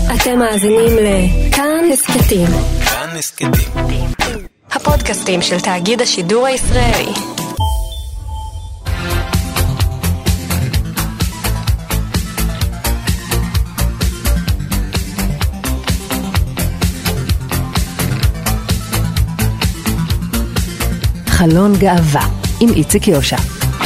אתם מאזינים לכאן הסכתים. כאן הסכתים. הפודקאסטים של תאגיד השידור הישראלי. חלון גאווה עם איציק יושע.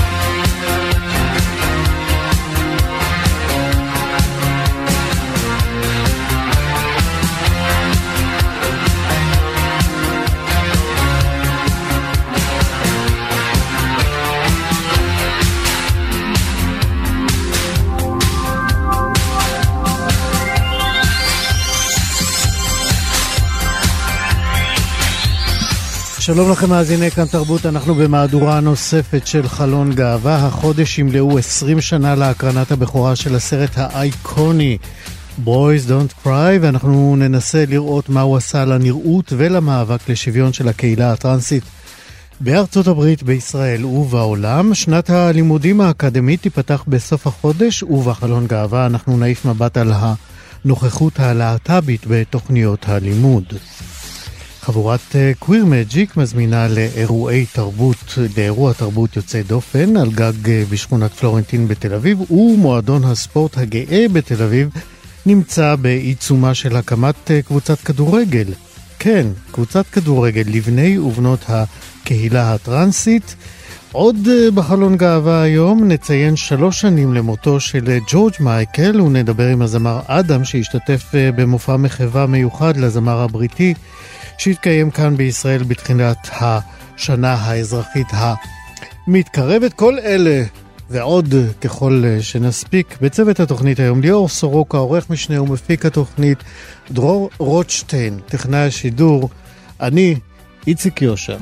שלום לכם מאזיני כאן תרבות, אנחנו במהדורה נוספת של חלון גאווה. החודש ימלאו 20 שנה להקרנת הבכורה של הסרט האייקוני Boys Don't Cry, ואנחנו ננסה לראות מה הוא עשה לנראות ולמאבק לשוויון של הקהילה הטרנסית בארצות הברית, בישראל ובעולם. שנת הלימודים האקדמית תיפתח בסוף החודש, ובחלון גאווה אנחנו נעיף מבט על הנוכחות הלהט"בית בתוכניות הלימוד. חבורת קוויר מג'יק מזמינה לאירוע תרבות יוצא דופן על גג בשכונת פלורנטין בתל אביב, ומועדון הספורט הגאה בתל אביב נמצא בעיצומה של הקמת קבוצת כדורגל. כן, קבוצת כדורגל לבני ובנות הקהילה הטרנסית. עוד בחלון גאווה היום נציין 3 שנים למותו של ג'ורג' מייקל, ונדבר עם הזמר אדם שהשתתף במופע מחווה מיוחד לזמר הבריטי שהתקיים כאן בישראל בתחילת השנה האזרחית המתקרבת. כל אלה ועוד ככל שנספיק בצוות התוכנית היום: ליאור סורוקה עורך משנה ומפיק התוכנית, דרור רוטשטיין טכנאי השידור, אני איציק יושע.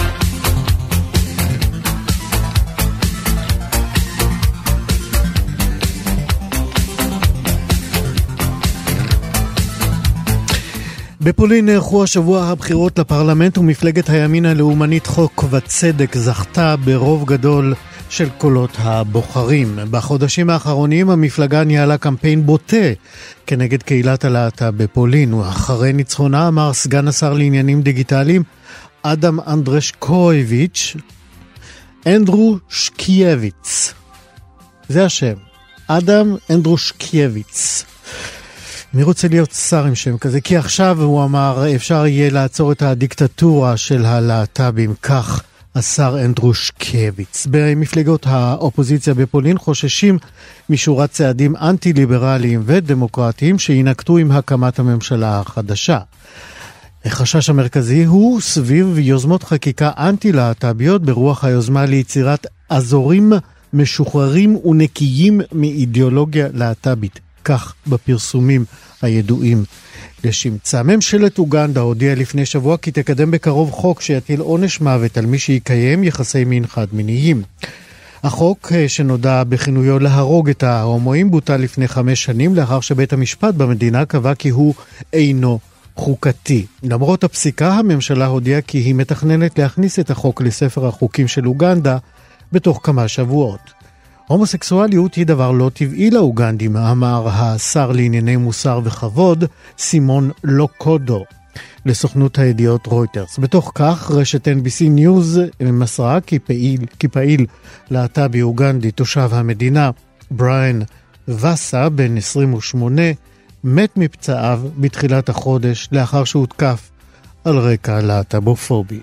בפולין נערכו השבוע הבחירות לפרלמנט, ומפלגת הימין הלאומנית חוק וצדק זכתה ברוב גדול של קולות הבוחרים. בחודשים האחרונים המפלגה ניהלה קמפיין בוטה כנגד קהילת הלהט"ב בפולין, ואחרי ניצחונה אמר סגן השר לעניינים דיגיטליים אדם אנדרשקוביץ' אנדרושקייביץ, זה השם, אדם אנדרושקייביץ. מי רוצה להיות שר עם שם כזה? כי עכשיו הוא אמר אפשר יהיה לעצור את הדיקטטורה של הלהט"בים, כך השר אנדרושקייביץ. במפלגות האופוזיציה בפולין חוששים משורת צעדים אנטי-ליברליים ודמוקרטיים שינקטו עם הקמת הממשלה החדשה. החשש המרכזי הוא סביב יוזמות חקיקה אנטי-להט"ביות ברוח היוזמה ליצירת אזורים משוחררים ונקיים מאידיאולוגיה להט"בית, כך בפרסומים הידועים לשמצה. ממשלת אוגנדה הודיעה לפני שבוע כי תקדם בקרוב חוק שיטיל עונש מוות על מי שיקיים יחסי מין חד-מיניים. החוק, שנודע בכינויו להרוג את ההומואים, בוטל לפני 5 שנים לאחר שבית המשפט במדינה קבע כי הוא אינו חוקתי. למרות הפסיקה, הממשלה הודיעה כי היא מתכננת להכניס את החוק לספר החוקים של אוגנדה בתוך כמה שבועות. הומוסקסואליות היא דבר לא טבעי לאוגנדים, אמר השר לענייני מוסר וכבוד סימון לוקודו לסוכנות הידיעות רויטרס. בתוך כך רשת NBC ניוז מסרה כי פעיל להט"בי אוגנדי תושב המדינה בריאן וסה בן 28 מת מפצעיו בתחילת החודש לאחר שהותקף על רקע להט"בופובי.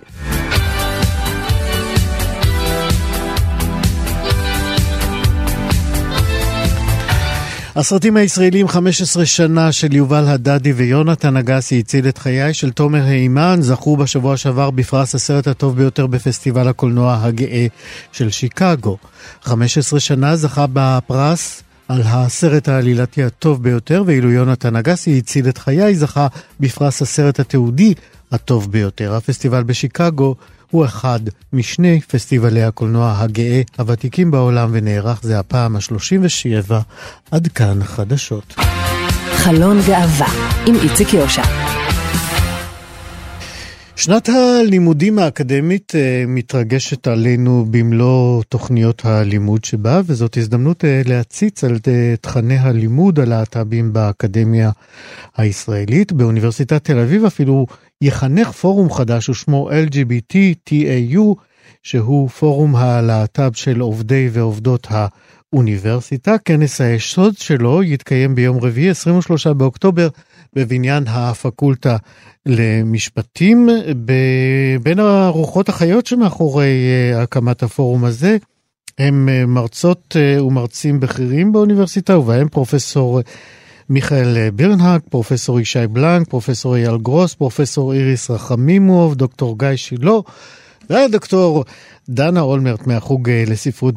הסרטים הישראלים 15 שנה של יובל הדדי ויונתן אגסי הציל את חיי של תומר הימן זכו בשבוע שעבר בפרס הסרט הטוב ביותר בפסטיבל הקולנוע הגאה של שיקגו. 15 שנה זכה בפרס על הסרט העלילתי הטוב ביותר, ואילו יונתן אגסי הציל את חיי זכה בפרס הסרט התיעודי הטוב ביותר. הפסטיבל בשיקגו הוא אחד משני פסטיבלי הקולנוע הגאה הוותיקים בעולם, ונערך זה הפעם ה-37. עד כאן חדשות. חלון גאווה עם איציק יושע. שנת הלימודים האקדמית מתרגשת עלינו במלוא תוכניות הלימוד שבה, וזאת הזדמנות להציץ על תכני הלימוד הלהט"בים באקדמיה הישראלית. באוניברסיטת תל אביב אפילו יחנך פורום חדש ושמו LGBTTAU, שהוא פורום הלהט"ב של עובדי ועובדות האוניברסיטה. כנס היסוד שלו יתקיים ביום רביעי 23 באוקטובר בבניין הפקולטה למשפטים. בין הרוחות החיות שמאחורי הקמת הפורום הזה הם מרצות ומרצים בכירים באוניברסיטה, ובהם פרופסור מיכאל בירנהק, פרופסור ישי בלנק, פרופסור אייל גרוס, פרופסור איריס רחמימוב, דוקטור גיא שילה ודוקטור דנה אולמרט מהחוג לספרות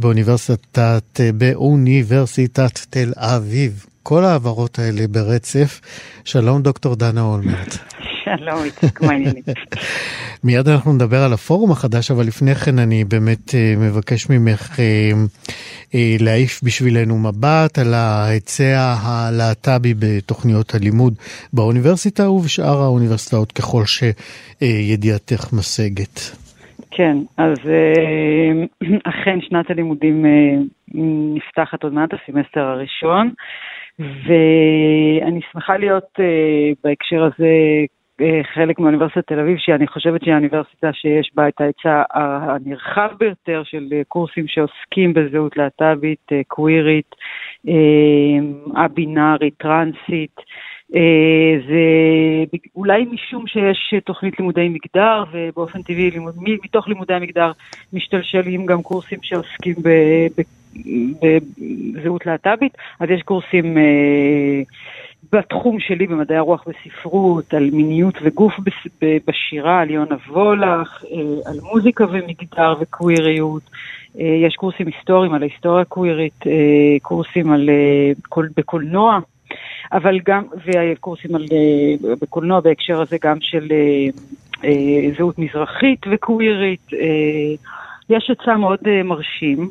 באוניברסיטת תל אביב. כל העברות האלה ברצף. שלום דוקטור דנה אולמרט. שלום, איציק, מה העניינים? מיד אנחנו נדבר על הפורום החדש, אבל לפני כן אני באמת מבקש ממך להעיף בשבילנו מבט על ההיצע הלהט"בי בתוכניות הלימוד באוניברסיטה ובשאר האוניברסיטאות ככל שידיעתך משגת. כן, אז אכן שנת הלימודים נפתחת עוד מעט, הסמסטר הראשון, ואני שמחה להיות בהקשר הזה חלק מאוניברסיטת תל אביב, שאני חושבת שהיא האוניברסיטה שיש בה את ההיצע הנרחב ביותר של קורסים שעוסקים בזהות להט"בית, קווירית, הבינארית, טרנסית. זה אולי משום שיש תוכנית לימודי מגדר, ובאופן טבעי מתוך לימודי המגדר משתלשלים גם קורסים שעוסקים בזהות להט"בית. אז יש קורסים בתחום שלי במדעי הרוח בספרות, על מיניות וגוף בשירה, על יונה וולך, על מוזיקה ומגדר וקוויריות. יש קורסים היסטוריים על ההיסטוריה קווירית, קורסים בקולנוע, אבל גם, וקורסים בקולנוע בהקשר הזה גם של זהות מזרחית וקווירית. יש הצעה מאוד מרשים.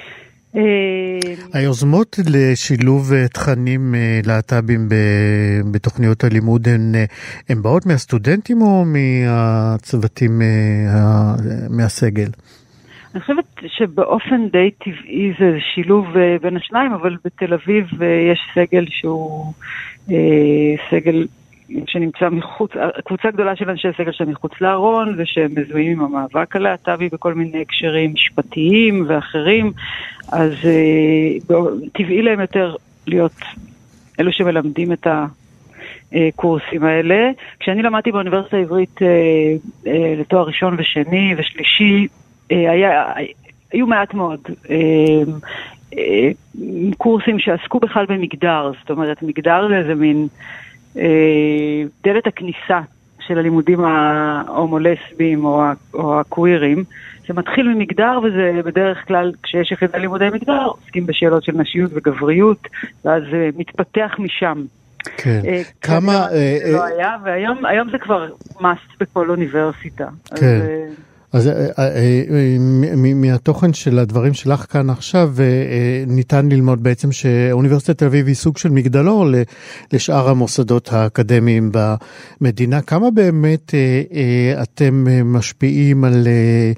היוזמות לשילוב תכנים להט"בים בתוכניות הלימוד הן באות מהסטודנטים או מהצוותים מהסגל? אני חושבת שבאופן די טבעי זה שילוב בין השניים, אבל בתל אביב יש סגל שהוא סגל שנמצא מחוץ, קבוצה גדולה של אנשי סגל שמחוץ לארון, ושהם מזוהים עם המאבק הלהט"בי בכל מיני הקשרים משפטיים ואחרים, אז טבעי להם יותר להיות אלו שמלמדים את הקורסים האלה. כשאני למדתי באוניברסיטה העברית לתואר ראשון ושני ושלישי, היו מעט מאוד קורסים שעסקו בכלל במגדר. זאת אומרת, מגדר זה מין דלת הכניסה של הלימודים ההומולסביים או הקווירים. זה מתחיל ממגדר, וזה בדרך כלל כשיש יחידה לימודי מגדר עוסקים בשאלות של נשיות וגבריות, ואז זה מתפתח משם. כן. כמה זה לא היה, והיום זה כבר מאסט בכל אוניברסיטה. כן. אז מהתוכן של הדברים שלך כאן עכשיו, ניתן ללמוד בעצם שאוניברסיטת תל אביב היא סוג של מגדלור לשאר המוסדות האקדמיים במדינה. כמה באמת אתם משפיעים על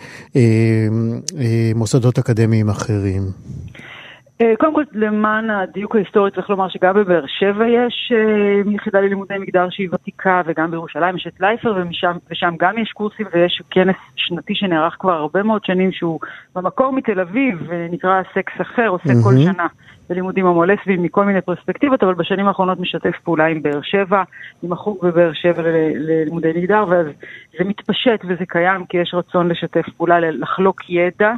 מוסדות אקדמיים אחרים? קודם כל, למען הדיוק ההיסטורי צריך לומר שגם בבאר שבע יש יחידה ללימודי מגדר שהיא ותיקה, וגם בירושלים יש את לייפר, ושם גם יש קורסים, ויש כנס שנתי שנערך כבר הרבה מאוד שנים, שהוא במקור מתל אביב, ונקרא סקס אחר, עושה כל שנה בלימודים הומולסביים מכל מיני פרספקטיבות, אבל בשנים האחרונות משתף פעולה עם באר שבע, עם החוג בבאר שבע ללימודי מגדר, ואז זה מתפשט וזה קיים, כי יש רצון לשתף פעולה, לחלוק ידע,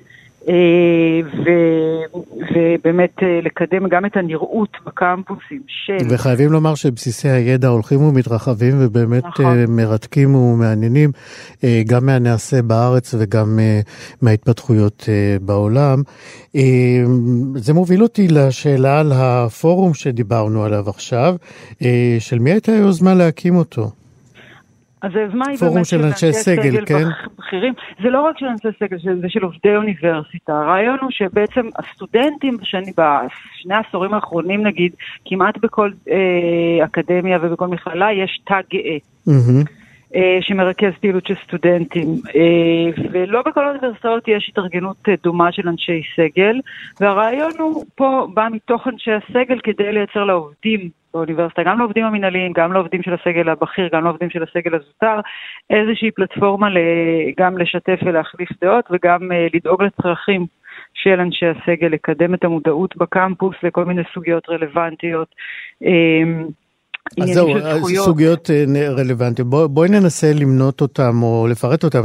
ובאמת לקדם גם את הנראות בקמפוסים של... וחייבים לומר שבסיסי הידע הולכים ומתרחבים ובאמת מרתקים ומעניינים גם מהנעשה בארץ וגם מההתפתחויות בעולם. זה מוביל אותי לשאלה על הפורום שדיברנו עליו עכשיו, של מי הייתה היוזמה להקים אותו? אז היוזמה היא פורום באמת של אנשי סגל, כן? בכירים. זה לא רק של אנשי סגל, זה של עובדי אוניברסיטה. הרעיון הוא שבעצם הסטודנטים בשני העשורים האחרונים, נגיד, כמעט בכל אקדמיה ובכל מכללה יש תא גאה. שמרכז פעילות של סטודנטים, ולא בכל האוניברסיטאות יש התארגנות דומה של אנשי סגל, והרעיון הוא פה בא מתוך אנשי הסגל כדי לייצר לעובדים באוניברסיטה, גם לעובדים המנהליים, גם לעובדים של הסגל הבכיר, גם לעובדים של הסגל הזוטר, איזושהי פלטפורמה גם לשתף ולהחליף דעות, וגם לדאוג לצרכים של אנשי הסגל, לקדם את המודעות בקמפוס לכל מיני סוגיות רלוונטיות. אז זהו, סוגיות רלוונטיות. בואי ננסה למנות אותם או לפרט אותם.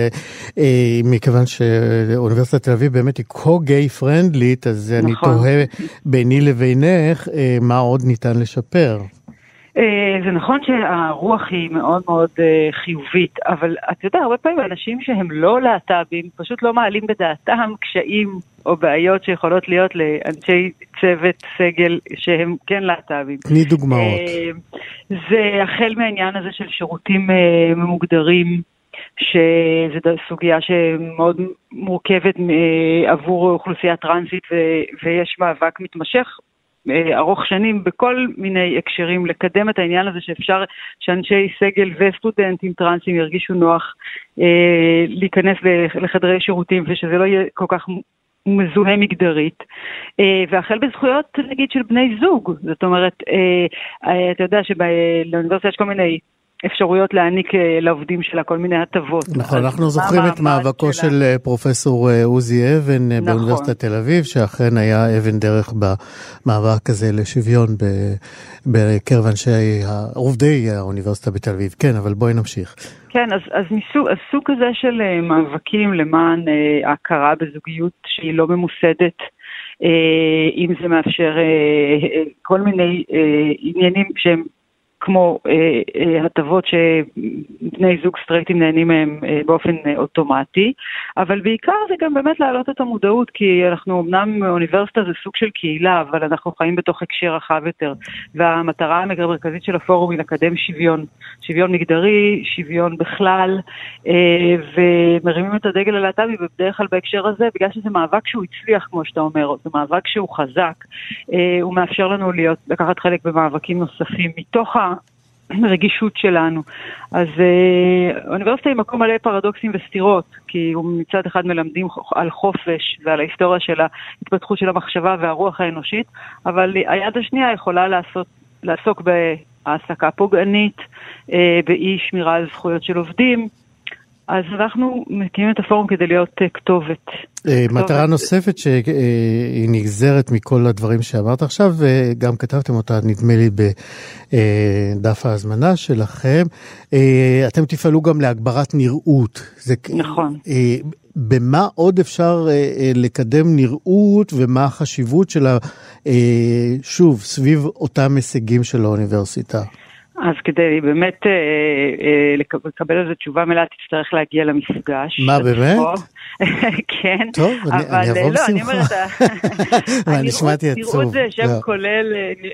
מכיוון שאוניברסיטת תל אביב באמת היא כה-גיי פרנדלית, אז אני תוהה ביני לבינך מה עוד ניתן לשפר. זה נכון שהרוח היא מאוד מאוד חיובית, אבל אתה יודע, הרבה פעמים אנשים שהם לא להט"בים, פשוט לא מעלים בדעתם קשיים או בעיות שיכולות להיות לאנשי צוות סגל שהם כן להט"בים. תני דוגמאות. זה החל מהעניין הזה של שירותים ממוגדרים, שזו סוגיה שמאוד מורכבת עבור אוכלוסייה טרנסית, ויש מאבק מתמשך ארוך שנים בכל מיני הקשרים לקדם את העניין הזה שאפשר שאנשי סגל וסטודנטים טרנסים ירגישו נוח להיכנס לחדרי שירותים ושזה לא יהיה כל כך מזוהה מגדרית, והחל בזכויות נגיד של בני זוג, זאת אומרת, אתה יודע שבאוניברסיטה יש כל מיני אפשרויות להעניק לעובדים שלה כל מיני הטבות. נכון, אנחנו זוכרים את מאבקו של פרופסור עוזי אבן באוניברסיטת תל אביב, שאכן היה אבן דרך במאבק הזה לשוויון בקרב אנשי עובדי האוניברסיטה בתל אביב. כן, אבל בואי נמשיך. כן, אז סוג כזה של מאבקים למען ההכרה בזוגיות שהיא לא ממוסדת, אם זה מאפשר כל מיני עניינים שהם כמו הטבות שבני זוג סטרייטים נהנים מהם באופן אוטומטי, אבל בעיקר זה גם באמת להעלות את המודעות, כי אנחנו אמנם אוניברסיטה זה סוג של קהילה, אבל אנחנו חיים בתוך הקשר רחב יותר, והמטרה המרכזית של הפורום היא לקדם שוויון מגדרי, שוויון בכלל, ומרימים את הדגל הלהט"בי בדרך כלל בהקשר הזה, בגלל שזה מאבק שהוא הצליח, כמו שאתה אומר, זה מאבק שהוא חזק, הוא מאפשר לנו לקחת חלק במאבקים נוספים מתוך הרגישות שלנו. אז האוניברסיטה היא מקום מלא פרדוקסים וסתירות, כי הוא מצד אחד מלמדים על חופש ועל ההיסטוריה של ההתפתחות של המחשבה והרוח האנושית, אבל היד השנייה יכולה לעסוק בהעסקה פוגענית, באי שמירה על זכויות של עובדים. אז אנחנו מקימים את הפורום כדי להיות כתובת. מטרה נוספת שהיא נגזרת מכל הדברים שאמרת עכשיו, וגם כתבתם אותה, נדמה לי, בדף ההזמנה שלכם. אתם תפעלו גם להגברת נראות. נכון. במה עוד אפשר לקדם נראות, ומה החשיבות שלה, שוב, סביב אותם הישגים של האוניברסיטה? אז כדי באמת לקבל על זה תשובה מלאה, תצטרך להגיע למפגש. מה, באמת? כן. טוב, אני אבוא בשמחה. אני שמעתי עצוב. נראות זה שם כולל,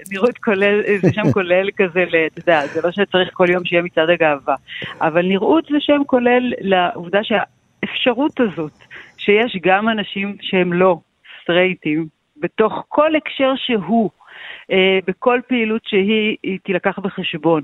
זה שם כולל כזה, אתה יודע, זה לא שצריך כל יום שיהיה מצעד הגאווה, אבל נראות זה שם כולל לעובדה שהאפשרות הזאת, שיש גם אנשים שהם לא סטרייטים, בתוך כל הקשר שהוא, בכל פעילות שהיא תילקח בחשבון,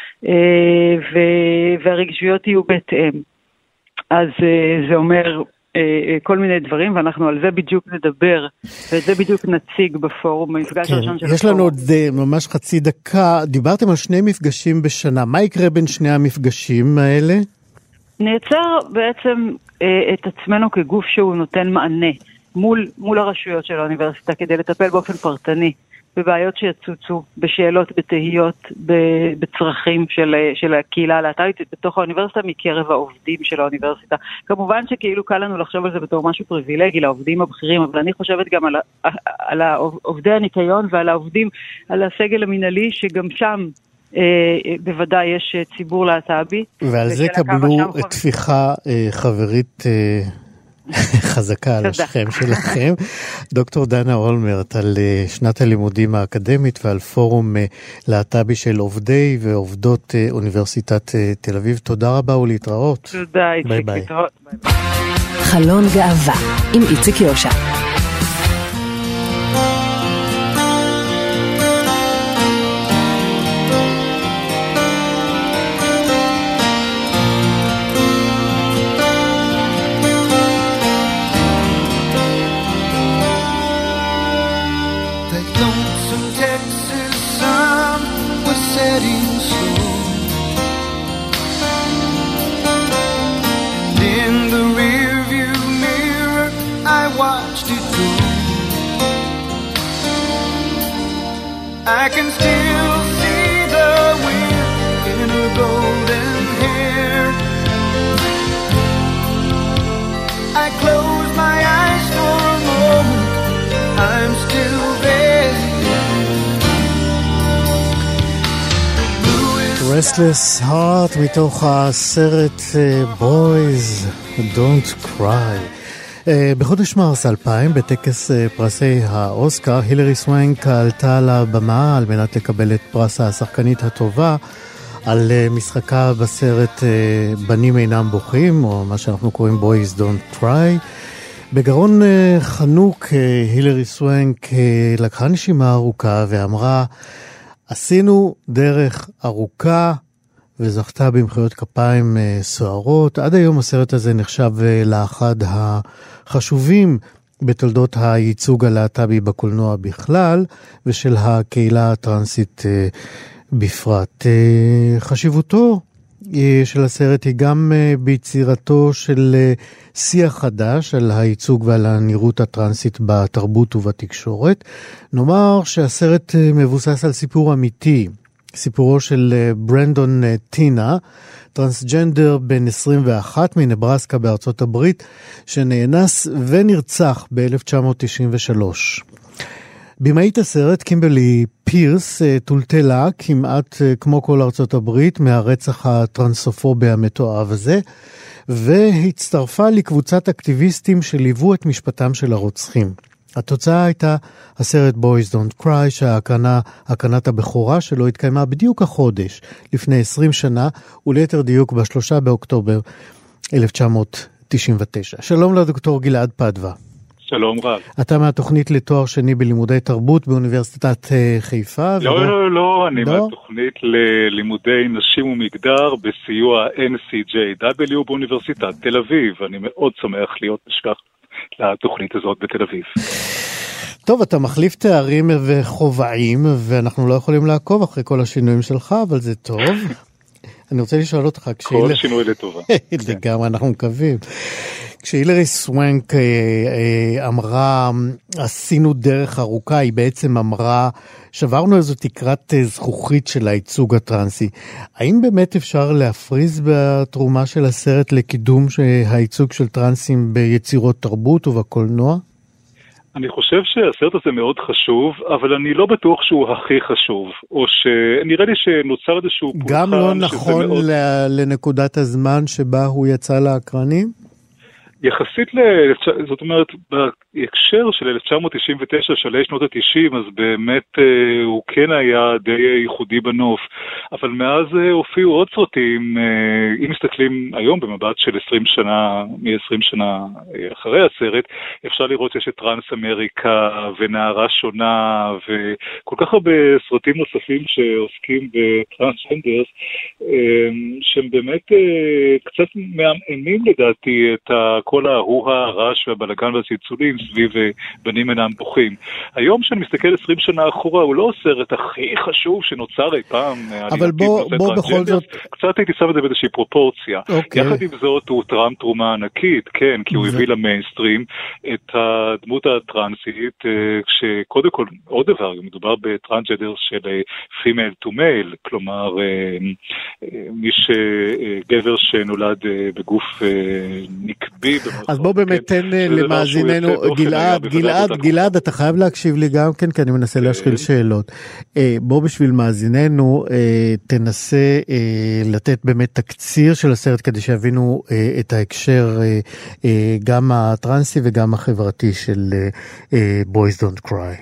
והרגישויות יהיו בהתאם. אז זה אומר כל מיני דברים, ואנחנו על זה בדיוק נדבר, ואת זה בדיוק נציג בפורום, במפגש הראשון של הפורום. יש לנו עוד ממש חצי דקה, דיברתם על 2 מפגשים בשנה, מה יקרה בין 2 המפגשים האלה? נייצר בעצם את עצמנו כגוף שהוא נותן מענה, מול הרשויות של האוניברסיטה, כדי לטפל באופן פרטני, בבעיות שיצוצו, בשאלות, בתהיות, בצרכים של הקהילה הלהט"בית בתוך האוניברסיטה מקרב העובדים של האוניברסיטה. כמובן שכאילו קל לנו לחשוב על זה בתור משהו פריבילגי לעובדים הבכירים, אבל אני חושבת גם על עובדי הניקיון ועל העובדים, על הסגל המנהלי, שגם שם בוודאי יש ציבור להט"בי. ועל זה קבלו תפיחה חברית חזקה על השכם שלכם. דוקטור דנה אולמרט, על שנת הלימודים האקדמית ועל פורום להט"בי של עובדי ועובדות אוניברסיטת תל אביב. תודה רבה ולהתראות. תודה, איציק. ביי ביי. חלון גאווה עם איציק יושע. still see the wind in her golden hair. I close my eyes for a moment, I'm still there. Restless Heart מתוך הסרט Boys Don't Cry. בחודש מרס 2000, בטקס פרסי האוסקר, הילרי סוונק עלתה לבמה על מנת לקבל את פרס השחקנית הטובה על משחקה בסרט בנים אינם בוכים, או מה שאנחנו קוראים Boys Don't Cry. בגרון חנוק הילרי סוונק לקחה נשימה ארוכה ואמרה, עשינו דרך ארוכה, וזכתה במחיאות כפיים סוערות. עד היום הסרט הזה נחשב לאחד החשובים בתולדות הייצוג הלהט"בי בקולנוע בכלל, ושל הקהילה הטרנסית בפרט. חשיבותו של הסרט היא גם ביצירתו של שיח חדש על הייצוג ועל הנראות הטרנסית בתרבות ובתקשורת. נאמר שהסרט מבוסס על סיפור אמיתי, סיפורו של ברנדון טינה, טרנסג'נדר בן 21 מנברסקה בארצות הברית, שנאנס ונרצח ב-1993. במאית הסרט, קימברלי פירס, טולטלה כמעט כמו כל ארצות הברית מהרצח הטרנסופובי המתועב הזה, והצטרפה לקבוצת אקטיביסטים שליוו את משפטם של הרוצחים. התוצאה הייתה הסרט Boys Don't Cry, שהקרנת הבכורה שלו התקיימה בדיוק החודש, לפני 20 שנה, וליתר דיוק ב3 באוקטובר 1999. שלום לדוקטור גלעד פדווה. שלום רב. אתה מהתוכנית לתואר שני בלימודי תרבות באוניברסיטת חיפה? לא, אני מהתוכנית ללימודי נשים ומגדר בסיוע NCJW באוניברסיטת תל אביב. אני מאוד שמח להיות משכח לתוכנית הזאת בתל אביב. טוב, אתה מחליף תארים וחובעים, ואנחנו לא יכולים לעקוב אחרי כל השינויים שלך, אבל זה טוב. אני רוצה לשאול אותך, כל שינוי לטובה. לגמרי, אנחנו מקווים. כשהילרי סוונק אמרה, עשינו דרך ארוכה, היא בעצם אמרה, שברנו איזו תקרת זכוכית של הייצוג הטרנסי. האם באמת אפשר להפריז בתרומה של הסרט לקידום הייצוג של טרנסים ביצירות תרבות ובקולנוע? אני חושב שהסרט הזה מאוד חשוב, אבל אני לא בטוח שהוא הכי חשוב, או שנראה לי שנוצר איזשהו פולחן. גם לא נכון מאוד... לנקודת הזמן שבה הוא יצא לאקרנים? יחסית זאת אומרת, בהקשר של 1999, של שנות ה-90, אז באמת הוא כן היה די ייחודי בנוף, אבל מאז הופיעו עוד סרטים, אם מסתכלים היום במבט של 20 שנה, מ-20 שנה אחרי הסרט, אפשר לראות שיש את טרנס אמריקה ונערה שונה, וכל כך הרבה סרטים נוספים שעוסקים בטרנסג'נדרס, שהם באמת קצת מעמעמים לדעתי את כל ההוה, הרעש והבלגן והצלצולים סביב בנים אינם בוכים. היום שאני מסתכל 20 שנה אחורה, הוא לא הסרט הכי חשוב שנוצר אי פעם. אבל בוא בכל זאת... קצת הייתי שם את זה באיזושהי פרופורציה. יחד עם זאת הוא תרם תרומה ענקית, כן, כי הוא הביא למיינסטרים את הדמות הטרנסית, כשקודם כל, עוד דבר, מדובר בטרנסג'נדר של פימייל טו מייל, כלומר, גבר שנולד בגוף נקבי. אז בוא באמת תן למאזיננו, גלעד, אתה חייב להקשיב לי גם כן, כי אני מנסה להשחיל שאלות. בוא בשביל מאזיננו, תנסה לתת באמת תקציר של הסרט, כדי שיבינו את ההקשר גם הטרנסי וגם החברתי של Boys Don't Cry.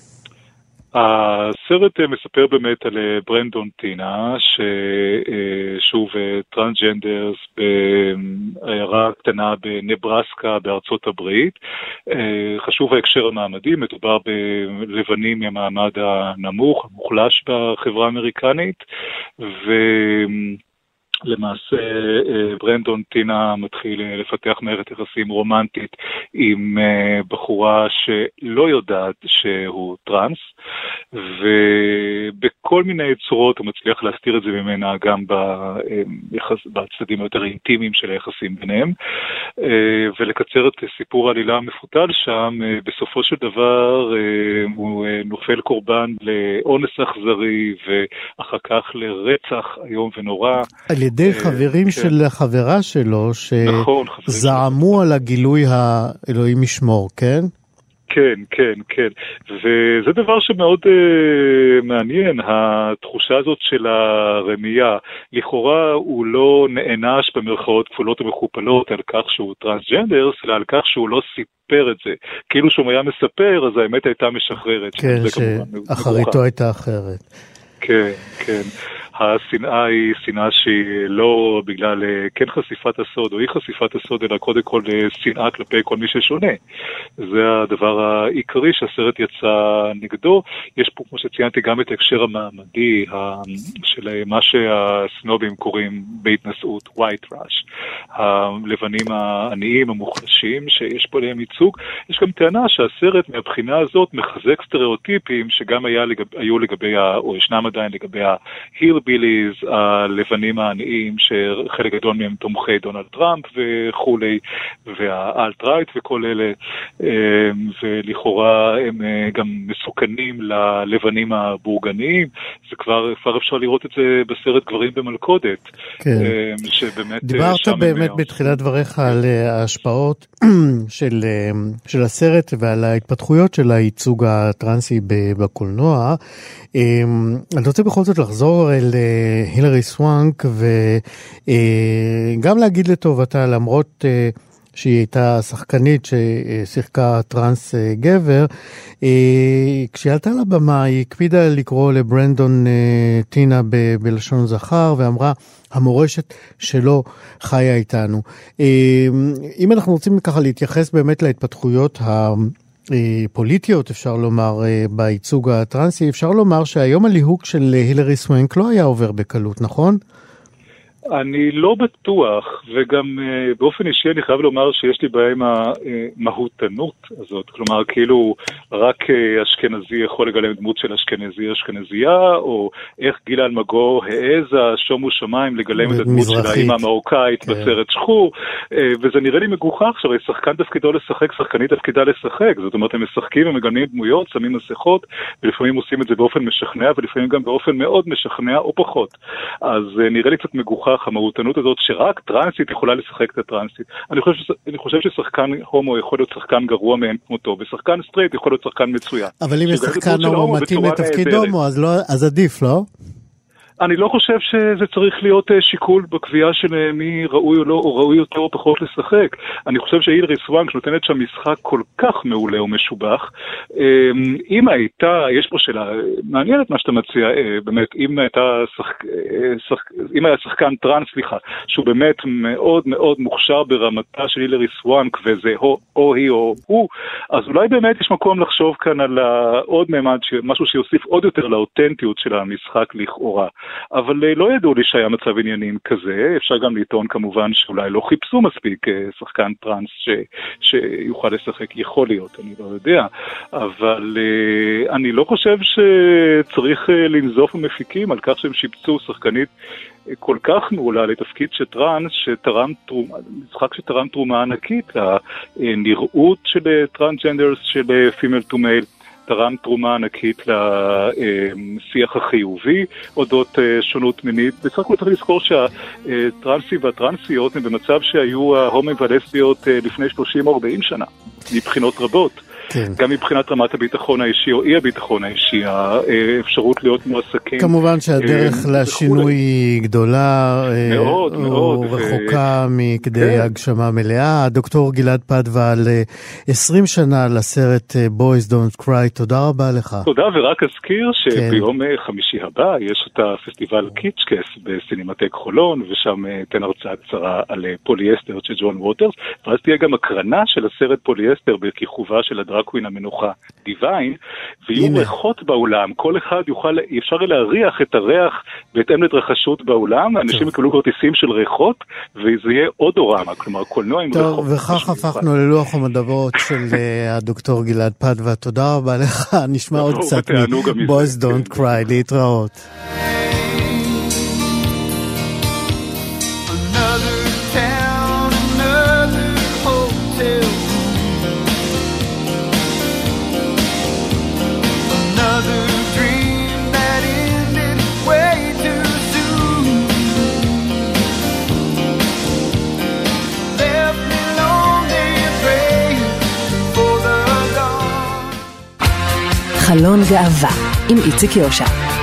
הסרט מספר באמת על ברנדון טינה, ששוב טרנסג'נדרס בעיירה קטנה בנברסקה בארצות הברית. חשוב ההקשר המעמדי, מדובר בלבנים מהמעמד הנמוך, המוחלש בחברה האמריקנית, למעשה ברנדון טינה מתחיל לפתח מערכת יחסים רומנטית עם בחורה שלא יודעת שהוא טרנס, ובכל מיני צורות הוא מצליח להסתיר את זה ממנה גם בצדדים היותר אינטימיים של היחסים ביניהם, ולקצר את סיפור העלילה המפותל שם, בסופו של דבר הוא נופל קורבן לאונס אכזרי ואחר כך לרצח איום ונורא. על ידי חברים של החברה שלו שזעמו על הגילוי האלוהים ישמור, כן? כן, כן, כן. וזה דבר שמאוד מעניין, התחושה הזאת של הרמייה. לכאורה הוא לא נענש במרכאות כפולות ומכופלות על כך שהוא טרנסג'נדר, אלא על כך שהוא לא סיפר את זה. כאילו שהוא היה מספר, אז האמת הייתה משחררת. כן, שאחריתו הייתה אחרת. כן, כן. השנאה היא שנאה שהיא לא בגלל כן חשיפת הסוד או אי חשיפת הסוד, אלא קודם כל שנאה כלפי כל מי ששונה. זה הדבר העיקרי שהסרט יצא נגדו. יש פה, כמו שציינתי, גם את ההקשר המעמדי של מה שהסנובים קוראים בהתנשאות white trash. הלבנים העניים, המוחלשים, שיש פה להם ייצוג. יש גם טענה שהסרט מהבחינה הזאת מחזק סטריאוטיפים שגם היו לגבי, או ישנם עדיין לגבי ההיל ביליז, הלבנים העניים, שחלק גדול מהם תומכי דונלד טראמפ וכולי, והאלט-רייט וכל אלה, ולכאורה הם גם מסוכנים ללבנים הבורגניים. זה כבר אפשר לראות את זה בסרט גברים במלכודת. כן. דיברת באמת בתחילת דבריך על ההשפעות של הסרט ועל ההתפתחויות של הייצוג הטרנסי בקולנוע. אני רוצה בכל זאת לחזור אל הילרי סוואנק וגם להגיד לטובתה, למרות שהיא הייתה שחקנית ששיחקה טרנס גבר, כשהיא עלתה לבמה היא הקפידה לקרוא לברנדון טינה בלשון זכר ואמרה המורשת שלו חיה איתנו. אם אנחנו רוצים ככה להתייחס באמת להתפתחויות פוליטיות, אפשר לומר, בייצוג הטרנסי, אפשר לומר שהיום הליהוק של הילרי סוואנק לא היה עובר בקלות, נכון? אני לא בטוח, וגם באופן אישי אני חייב לומר שיש לי בעיה עם המהותנות הזאת, כלומר כאילו רק אשכנזי יכול לגלם דמות של אשכנזייה, או איך גילה אלמגור העזה שומו שמיים לגלם את הדמות של האמא המרוקאית בסרט שחור, וזה נראה לי מגוחך, שהרי שחקן תפקידו לשחק, שחקנית תפקידה לשחק, זאת אומרת הם משחקים ומגלמים דמויות, שמים מסכות, ולפעמים עושים את זה באופן משכנע, ולפעמים גם באופן מאוד משכנע או פחות, אז נראה לי קצת מגוחך המהותנות הזאת שרק טרנסית יכולה לשחק את הטרנסית. אני חושב ששחקן הומו יכול להיות שחקן גרוע מאין כמותו, ושחקן סטרייט יכול להיות שחקן מצוין. אבל אם יש שחקן הומו מתאים לתפקיד הומו, אז עדיף, לא? אני לא חושב שזה צריך להיות שיקול בקביעה של מי ראוי או לא, או ראוי יותר או פחות לשחק. אני חושב שהילרי סוואנק נותנת שם משחק כל כך מעולה ומשובח. אם הייתה, יש פה שאלה מעניינת מה שאתה מציע, באמת, אם היה שחקן טרנס, שהוא באמת מאוד מאוד מוכשר ברמתה של הילרי סוואנק, וזה או היא או הוא, אז אולי באמת יש מקום לחשוב כאן על עוד ממד, משהו שיוסיף עוד יותר לאותנטיות של המשחק לכאורה. אבל לא ידעו לי שהיה מצב עניינים כזה, אפשר גם לטעון כמובן שאולי לא חיפשו מספיק שחקן טרנס שיוכל לשחק, יכול להיות, אני לא יודע, אבל אני לא חושב שצריך לנזוף ומפיקים על כך שהם שיפצו שחקנית כל כך מעולה לתפקיד שטרנס, משחק שתרם תרומה ענקית, הנראות של טרנסג'נדרס של פימייל טו מייל, תרם תרומה ענקית לשיח החיובי, אודות שונות מינית. בסך הכל צריך לזכור שהטרנסים והטרנסיות הם במצב שהיו ההומים והלסביות לפני 30 או 40 שנה, מבחינות רבות. כן. גם מבחינת רמת הביטחון האישי או אי הביטחון האישי, האפשרות להיות מועסקים. כמובן שהדרך לשינוי היא גדולה, מאוד, מאוד. רחוקה מכדי הגשמה מלאה. דוקטור גלעד פדווה על 20 שנה לסרט Boys Don't Cry, תודה רבה לך. תודה, ורק אזכיר שביום חמישי הבא יש את הפסטיבל קיצ'קס בסינמטק חולון, ושם תן הרצאה קצרה על פוליאסטר של ג'ון ווטרס, ואז תהיה גם הקרנה של הסרט פוליאסטר בכיכובה של הדרמה רקווין המנוחה, דיוויין, ויהיו ריחות באולם, כל אחד אפשר להריח את הריח בהתאם להתרחשות באולם, אנשים יקבלו כרטיסים של ריחות, וזה יהיה אודורמה, כלומר קולנוע עם ריחות. טוב, וכך הפכנו ללוח המדברות של הדוקטור גלעד פדווה, תודה רבה לך, נשמע עוד קצת מ-Boys Don't Cry, להתראות. חלון גאווה עם איציק יושע.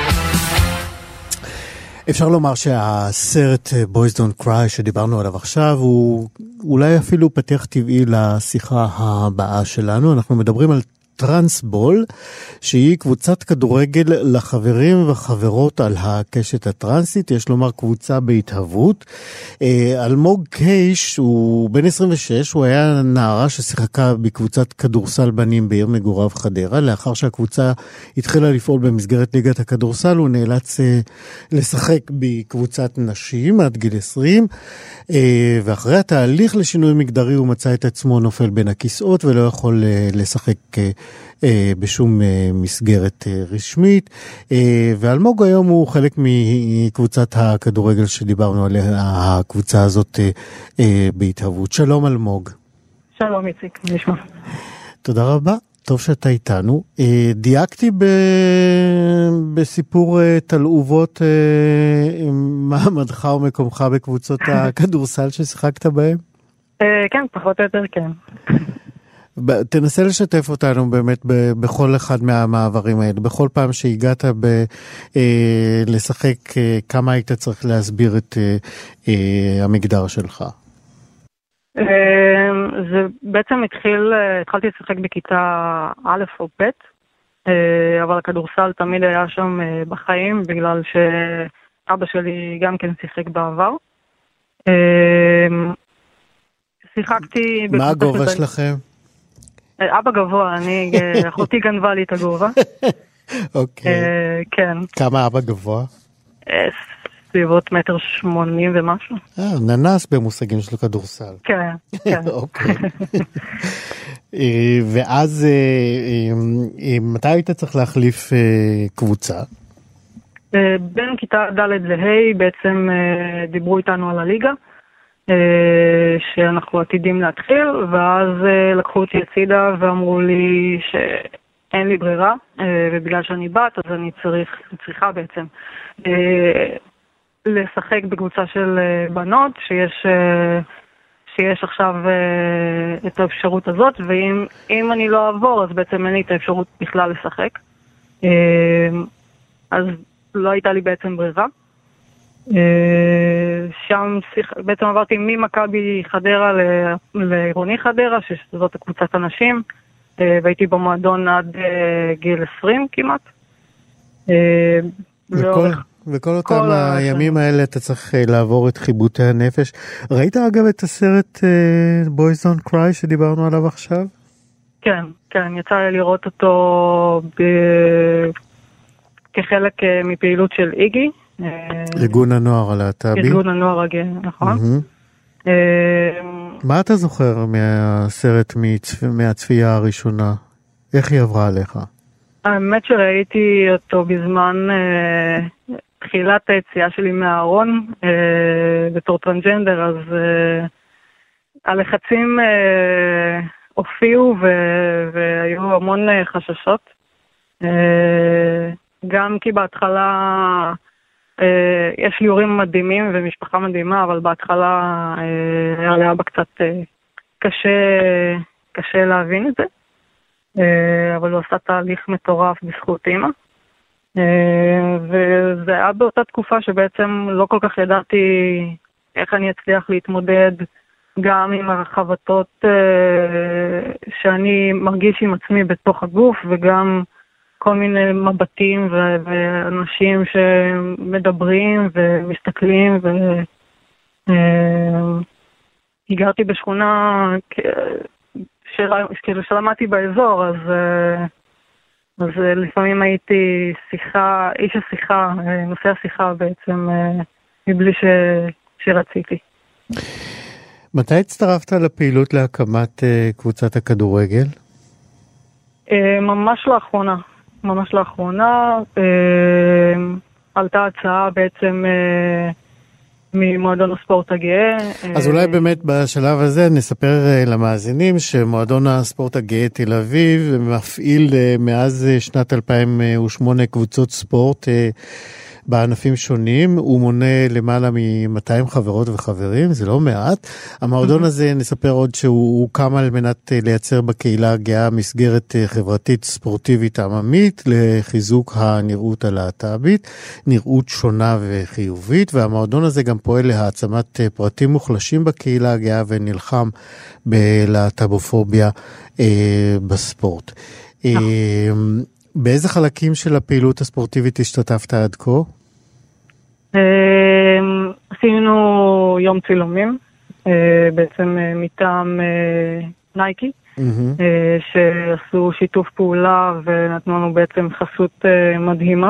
אפשר לומר שהסרט Boys Don't Cry שדיברנו עליו עכשיו הוא אולי אפילו פתח טבעי לשיחה הבאה שלנו. אנחנו מדברים על טרנסבול, שהיא קבוצת כדורגל לחברים וחברות על הקשת הטרנסית, יש לומר קבוצה בהתהוות. אלמוג קייש הוא בן 26, הוא היה נערה ששיחקה בקבוצת כדורסל בנים בעיר מגוריו חדרה. לאחר שהקבוצה התחילה לפעול במסגרת ליגת הכדורסל, הוא נאלץ לשחק בקבוצת נשים עד גיל 20, ואחרי התהליך לשינוי מגדרי הוא מצא את עצמו נופל בין הכיסאות ולא יכול לשחק בשום מסגרת רשמית. ואלמוג היום הוא חלק מקבוצת הכדורגל שדיברנו עליה, הקבוצה הזאת בהתהוות. שלום אלמוג. שלום איציק, נשמע. תודה רבה, טוב שאתה איתנו. דייקתי בסיפור תלעובות מעמדך ומקומך בקבוצות הכדורסל ששיחקת בהם? כן, פחות או יותר כן. תנסה לשתף אותנו באמת בכל אחד מהמעברים האלה. בכל פעם שהגעת לשחק, כמה היית צריך להסביר את המגדר שלך? זה בעצם התחלתי לשחק בכיתה א' או ב', אבל הכדורסל תמיד היה שם בחיים, בגלל שאבא שלי גם כן שיחק בעבר. שיחקתי... מה הגובה שלכם? אבא גבוה, אחותי גנבה לי את הגובה. אוקיי. כן. כמה אבא גבוה? סביבות 1.80 ומשהו. ננס במושגים של כדורסל. כן, כן. אוקיי. ואז, מתי היית צריך להחליף קבוצה? בין כיתה ד' לה' בעצם דיברו איתנו על הליגה. שאנחנו עתידים להתחיל, ואז לקחו אותי הצידה ואמרו לי שאין לי ברירה, ובגלל שאני בת אז אני צריכה בעצם לשחק בקבוצה של בנות, שיש עכשיו את האפשרות הזאת, ואם אני לא אעבור אז בעצם אין לי את האפשרות בכלל לשחק. אז לא הייתה לי בעצם ברירה. שם בעצם עברתי ממכבי חדרה לעירוני חדרה, שזאת קבוצת הנשים, והייתי במועדון עד גיל 20 כמעט. וכל אותם הימים האלה אתה צריך לעבור את חיבוטי הנפש. ראית אגב את הסרט Boys Don't Cry שדיברנו עליו עכשיו? כן, כן, יצא לי לראות אותו כחלק מפעילות של איגי, ארגון הנוער הלהט"בי. ארגון הנוער הגאה, נכון. מה אתה זוכר מהסרט מהצפייה הראשונה? איך היא עברה עליך? האמת שראיתי אותו בזמן תחילת היציאה שלי מהארון בתור טרנסג'נדר, אז הלחצים הופיעו והיו המון חששות. גם כי בהתחלה יש לי הורים מדהימים ומשפחה מדהימה, אבל בהתחלה היה לאבא קצת קשה להבין את זה. אבל הוא עשה תהליך מטורף בזכות אמא. וזה היה באותה תקופה שבעצם לא כל כך ידעתי איך אני אצליח להתמודד גם עם החבטות שאני מרגיש עם עצמי בתוך הגוף, וגם כל מיני מבטים ואנשים שמדברים ומסתכלים. הגרתי בשכונה כאילו שלמדתי באזור, אז לפעמים הייתי איש השיחה, נושא השיחה בעצם, מבלי שרציתי. מתי הצטרפת לפעילות להקמת קבוצת הכדורגל? ממש לאחרונה עלתה הצעה בעצם ממועדון הספורט הגאה. אז אולי באמת בשלב הזה נספר למאזינים שמועדון הספורט הגאה תל אביב מפעיל מאז שנת 2008 קבוצות ספורט בענפים שונים, הוא מונה למעלה מ-200 חברות וחברים, זה לא מעט. המועדון הזה, נספר עוד שהוא הוקם על מנת לייצר בקהילה הגאה מסגרת חברתית ספורטיבית עממית לחיזוק הנראות הלהט"בית, נראות שונה וחיובית, והמועדון הזה גם פועל להעצמת פרטים מוחלשים בקהילה הגאה ונלחם בלהט"בופוביה בספורט. באיזה חלקים של הפעילות הספורטיבית השתתפת עד כה? עשינו יום צילומים, בעצם מטעם נייקי, שעשו שיתוף פעולה ונתנו לנו בעצם חסות מדהימה.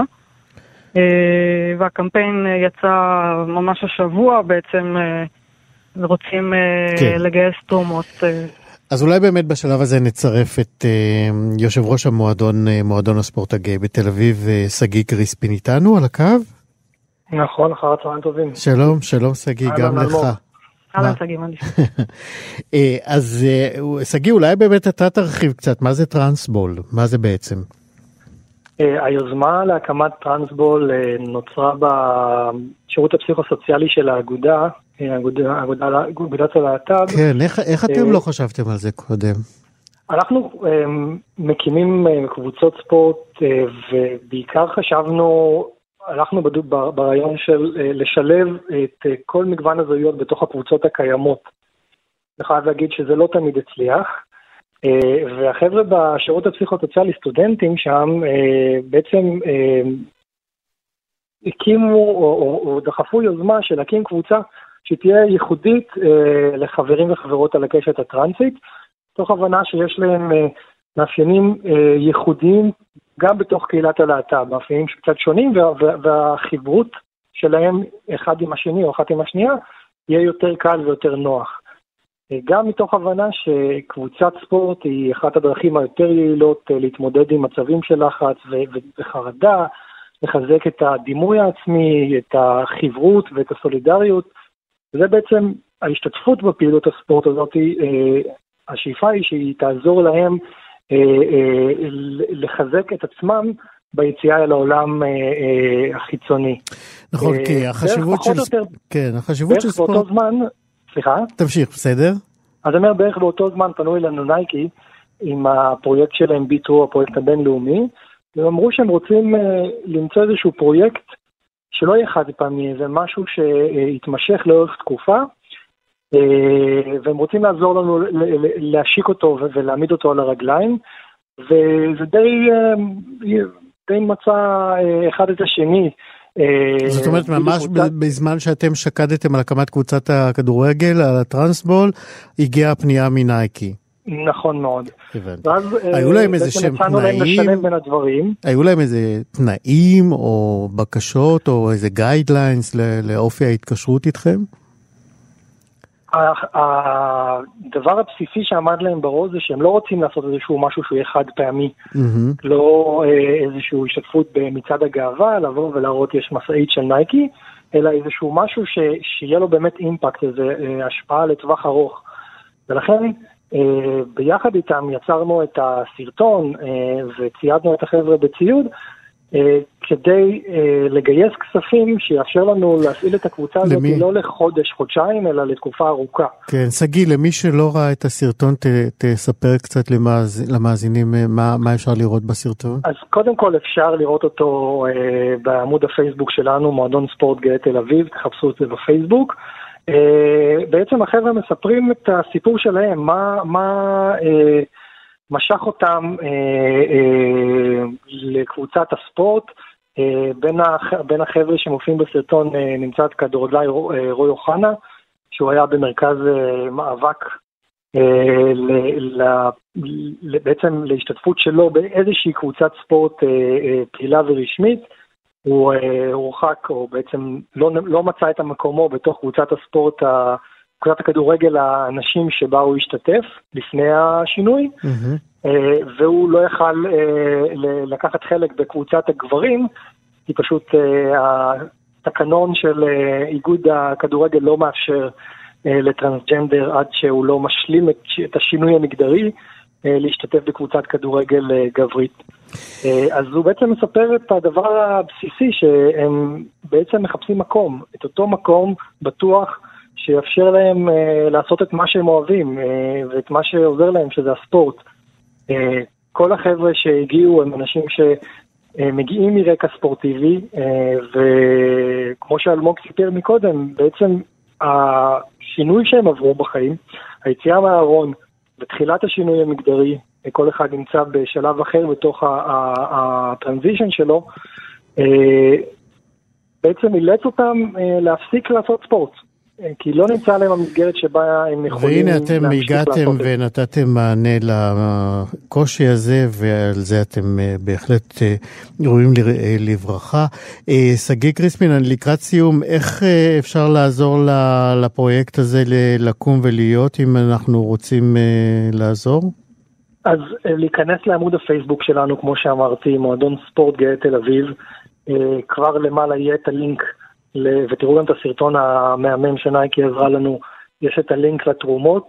והקמפיין יצא ממש השבוע, בעצם רוצים לגייס תרומות. אז אולי באמת בשלב הזה נצרף את יושב ראש המועדון, מועדון הספורט הגאה בתל אביב, סגי קריספין איתנו על הקו? נכון, אחר הצהריים טובים. שלום סגי, גם לך. אהלן סגי, מה נשמע? אז סגי, אולי באמת אתה תרחיב קצת, מה זה טרנסבול? מה זה בעצם? היוזמה להקמת טרנסבול נוצרה בשירות הפסיכוסוציאלי של האגודה, אגודת הלהט"ב. כן, איך אתם לא חשבתם על זה קודם? אנחנו מקימים קבוצות ספורט, ובעיקר הלכנו ברעיון של לשלב את כל מגוון הזהויות בתוך הקבוצות הקיימות. אני חייב להגיד שזה לא תמיד הצליח, והחבר'ה בשירות הפסיכוסוציאלי, סטודנטים שם, בעצם הקימו או דחפו יוזמה של להקים קבוצה שתהיה ייחודית לחברים וחברות על הקשת הטרנסית, תוך הבנה שיש להם מאפיינים ייחודיים גם בתוך קהילת הלהט"ב, מאפיינים קצת שונים, והחיברות שלהם אחד עם השני או אחת עם השנייה יהיה יותר קל ויותר נוח. גם מתוך הבנה שקבוצת ספורט היא אחת הדרכים היותר יעילות להתמודד עם מצבים של לחץ וחרדה, לחזק את הדימוי העצמי, את החברות ואת הסולידריות. וזה בעצם ההשתתפות בפעילות הספורט הזאת, השאיפה היא שהיא תעזור להם לחזק את עצמם ביציאה אל העולם החיצוני. נכון, כי החשיבות של ספורט... באותו זמן, סליחה? תמשיך, בסדר? אז אומר, בערך באותו זמן פנו אלינו נייקי עם הפרויקט שלהם ביטרו, הפרויקט הבינלאומי, והם אמרו שהם רוצים למצוא איזשהו פרויקט שלא יהיה חד פעמי, זה משהו שיתמשך לאורך תקופה, והם רוצים לעזור לנו להשיק אותו ולהעמיד אותו על הרגליים, וזה די מצא אחד את השני. זאת אומרת, ממש בזמן שאתם שקדתם על הקמת קבוצת הכדורגל, על הטרנסבול, הגיעה הפנייה מנייקי. נכון מאוד. היו להם איזה שם תנאים? היו להם איזה תנאים או בקשות או איזה גיידליינס לאופי ההתקשרות איתכם? הדבר הבסיסי שעמד להם בראש זה שהם לא רוצים לעשות איזשהו משהו שהוא יהיה חד פעמי, לא איזשהו השתתפות במצעד הגאווה, לבוא ולהראות יש מסעית של נייקי, אלא איזשהו משהו שיהיה לו באמת אימפקט, איזו השפעה לטווח ארוך. ולכן ביחד איתם יצרנו את הסרטון וציידנו את החבר'ה בציוד, כדי לגייס כספים שיאפשר לנו להפעיל את הקבוצה הזאת לא לחודש, חודשיים, אלא לתקופה ארוכה. כן, סגי, למי שלא ראה את הסרטון, תספר קצת למאזינים מה אפשר לראות בסרטון. אז קודם כל אפשר לראות אותו בעמוד הפייסבוק שלנו, מועדון ספורט גאה תל אביב, תחפשו את זה בפייסבוק. בעצם החבר'ה מספרים את הסיפור שלהם, מה משך אותם לקבוצת הספורט. בין החבר'ה שמופיעים בסרטון נמצא את כדורגלאי רוי אוחנה, שהוא היה במרכז מאבק בעצם להשתתפות שלו באיזושהי קבוצת ספורט פעילה ורשמית, הוא הורחק, או בעצם לא מצא את המקומו בתוך קבוצת הספורט, קבוצת הכדורגל האנשים שבה הוא השתתף לפני השינוי, והוא לא יכל לקחת חלק בקבוצת הגברים, כי פשוט התקנון של איגוד הכדורגל לא מאפשר לטרנסג'נדר עד שהוא לא משלים את השינוי המגדרי להשתתף בקבוצת כדורגל גברית. אז הוא בעצם מספר את הדבר הבסיסי שהם בעצם מחפשים מקום, את אותו מקום בטוח שיאפשר להם לעשות את מה שהם אוהבים ואת מה שעוזר להם, שזה הספורט. כל החבר'ה שהגיעו הם אנשים שמגיעים מרקע ספורטיבי, וכמו שאלמוג סיפר מקודם, בעצם השינוי שהם עברו בחיים, היציאה מהארון בתחילת השינוי המגדרי, כל אחד נמצא בשלב אחר בתוך הטרנזישן שלו, בעצם אילץ אותם להפסיק לעשות ספורט. כי לא נמצא להם המסגרת שבה הם יכולים להמשיך לעשות. והנה אתם הגעתם ונתתם מענה לקושי הזה, ועל זה אתם בהחלט ראויים לברכה. סגי קריספין, לקראת סיום, איך אפשר לעזור לפרויקט הזה לקום ולהיות, אם אנחנו רוצים לעזור? אז להיכנס לעמוד הפייסבוק שלנו, כמו שאמרתי, מועדון ספורט גאה תל אביב, כבר למעלה יהיה את הלינק, ותראו גם את הסרטון המאמן שנייקי עזרה לנו, יש את הלינק לתרומות,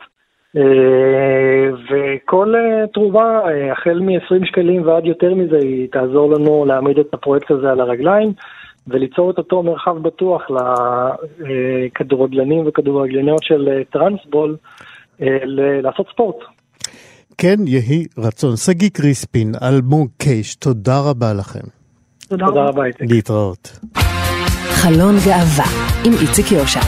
וכל תרומה, החל מ-20 שקלים ועד יותר מזה, היא תעזור לנו להעמיד את הפרויקט הזה על הרגליים, וליצור את אותו מרחב בטוח לכדורגלנים וכדורגלניות של טרנסבול, לעשות ספורט. כן, יהי רצון. סגי קריספין, אלמוג קייש, תודה רבה לכם. תודה רבה. להתראות. חלון גאווה עם איציק יושע.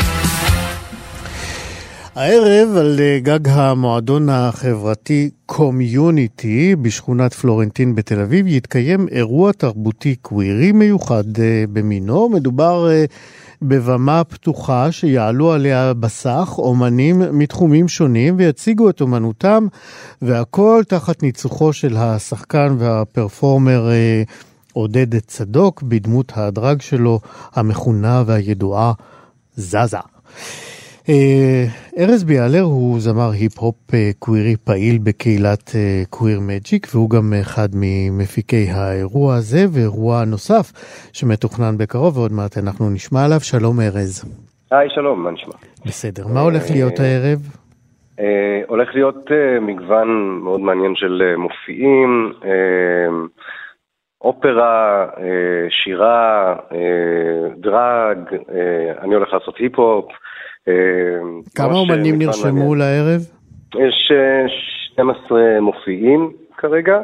הערב על גג המועדון החברתי קומיוניטי בשכונת פלורנטין בתל אביב יתקיים אירוע תרבותי קווירי מיוחד במינו. מדובר בבמה פתוחה שיעלו עליה בסך אומנים מתחומים שונים ויציגו את אומנותם, והכל תחת ניצוחו של השחקן והפרפורמר עודד צדוק בדמות הדרג שלו המכונה והידועה זזה. ארז ביאלר הוא זמר היפ-הופ קווירי פעיל בקהילת קוויר מג'יק, והוא גם אחד ממפיקי האירוע הזה, ואירוע נוסף שמתוכנן בקרוב, ועוד מעט אנחנו נשמע עליו. שלום ארז. היי, שלום, מה נשמע? בסדר, מה הולך להיות הערב? הולך להיות מגוון מאוד מעניין של מופיעים, אופרה, שירה, דרג, אני הולך לעשות היפ-הופ. כמה אומנים נרשמו לערב? יש 12 מופיעים כרגע.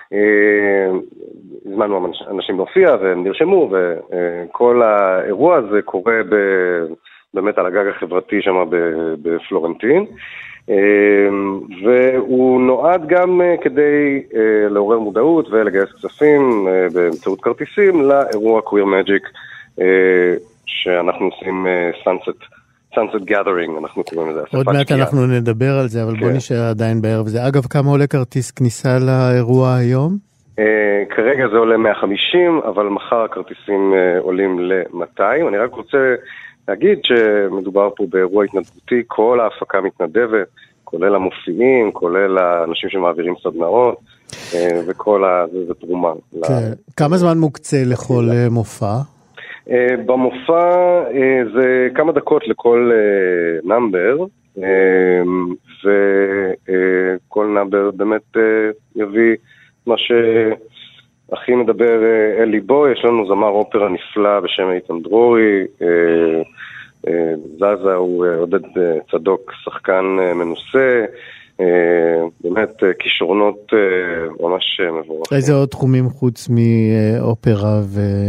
הזמנו אנשים להופיע והם נרשמו, וכל האירוע הזה קורה באמת על הגג החברתי שם בפלורנטין. והוא נועד גם כדי לעורר מודעות ולגייס כספים באמצעות כרטיסים לאירוע קוויר מג'יק שאנחנו עושים Sunset Gathering, אנחנו קוראים לזה. עוד מעט אנחנו נדבר על זה, אבל בוא נשאר עדיין בערב זה. אגב, כמה עולה כרטיס כניסה לאירוע היום? כרגע זה עולה 150, אבל מחר הכרטיסים עולים ל-200. אני רק רוצה להגיד שמדובר פה באירוע התנדבותי, כל ההפקה מתנדבת, כולל המופיעים, כולל האנשים שמעבירים סדנאות, וכל זה תרומה. כמה זמן מוקצה לכל מופע? במופע זה כמה דקות לכל נאמבר, וכל נאמבר באמת יביא מה שהכי מדבר אל ליבו. יש לנו זמר אופרה נפלא בשם איתן דרורי, זזה הוא עודד צדוק, שחקן מנוסה, באמת כישרונות ממש מבורך. איזה עוד תחומים חוץ מאופרה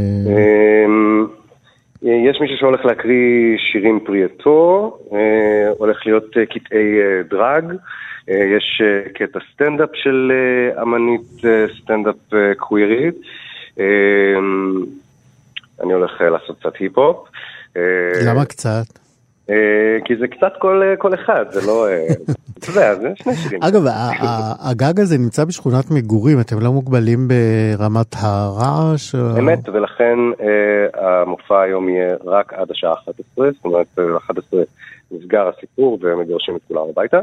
יש מישהו שהולך להקריא שירים פרייתו, הולך להיות קטעי דרג, יש קטע סטנדאפ של אמנית סטנדאפ קווירית, אני הולך לעשות קצת היפ-הופ. למה קצת? כי זה קצת כל אחד, זה לא אתה יודע, זה שני שירים. אגב, הגג הזה נמצא בשכונת מגורים, אתם לא מוגבלים ברמת הרעש? אמת, ולכן המופע היום יהיה רק עד השעה 11, זאת אומרת, 11 נסגר הסיפור ומגרשים את כולם הביתה.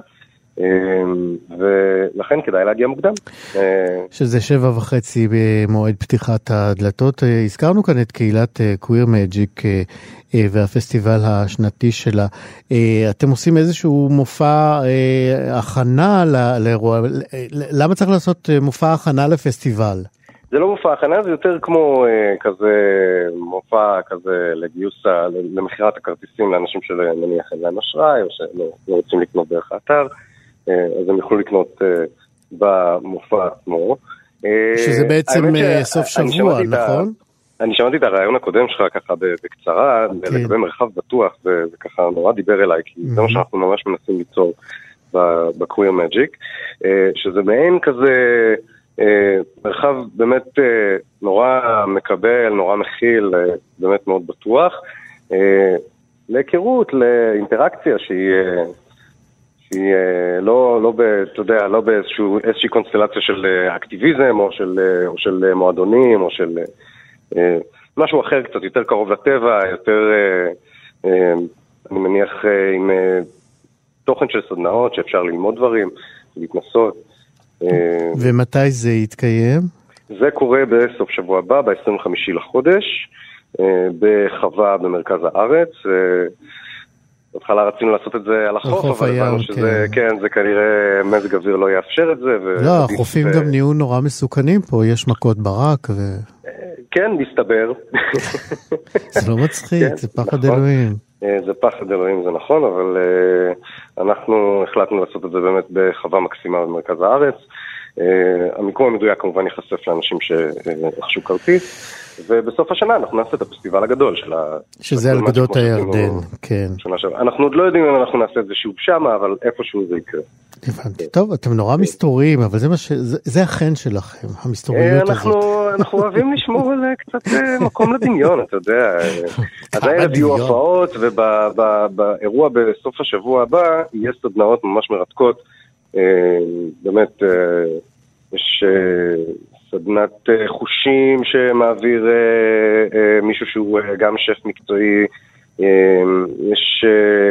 ולכן כדאי להגיע מוקדם. שזה 7:30 במועד פתיחת הדלתות. הזכרנו כאן את קהילת קוויר מג'יק והפסטיבל השנתי שלה. אתם עושים איזשהו מופע הכנה לאירוע? למה צריך לעשות מופע הכנה לפסטיבל? זה לא מופע הכנה, זה יותר כמו כזה מופע כזה לגיוס, למחירת הכרטיסים לאנשים שנניח אין להם אשראי או שלא רוצים לקנות דרך האתר. אז הם יוכלו לקנות במופע עצמו. שזה בעצם סוף שבוע, נכון? אני שמעתי את הרעיון הקודם שלך ככה בקצרה, לגבי מרחב בטוח, וככה נורא דיבר אליי, כי זה מה שאנחנו ממש מנסים ליצור בקוויר מג'יק, שזה מעין כזה מרחב באמת נורא מקבל, נורא מכיל, באמת מאוד בטוח, להיכרות, לאינטראקציה שהיא לא אתה יודע, לא באיזושהי קונסטלציה של אקטיביזם או של מועדונים או של משהו אחר קצת יותר קרוב לטבע, יותר אני מניח עם תוכן של סדנאות שאפשר ללמוד דברים, להתנסות. ומתי זה יתקיים? זה קורה בסוף שבוע הבא, ב-25 לחודש, בחווה במרכז הארץ. בהתחלה רצינו לעשות את זה על החוף, אבל הבנו שזה, כן, זה כנראה מזג אוויר לא יאפשר את זה. לא, החופים גם נהיו נורא מסוכנים פה, יש מכות ברק כן, מסתבר. זה לא מצחיק, זה פחד אלוהים. זה פחד אלוהים, זה נכון, אבל אנחנו החלטנו לעשות את זה באמת בחווה מקסימה במרכז הארץ. המיקום המדויק כמובן יחשף לאנשים שרכשו כרטיס, ובסוף השנה אנחנו נעשה את הפסטיבל הגדול של שזה על גדות הירדן, כן. אנחנו עוד לא יודעים אם אנחנו נעשה את זה שוב שמה, אבל איפשהו זה יקרה. הבנתי. טוב, אתם נורא מסתוריים, אבל זה החן שלכם, המסתוריות הזאת. אנחנו אוהבים לשמור על קצת מקום לדמיון, אתה יודע. אז הערב יהיו הופעות, ובאירוע בסוף השבוע הבא, יהיה סדנאות ממש מרתקות. באמת, יש סדנת חושים שמעביר מישהו שהוא גם שף מקצועי, יש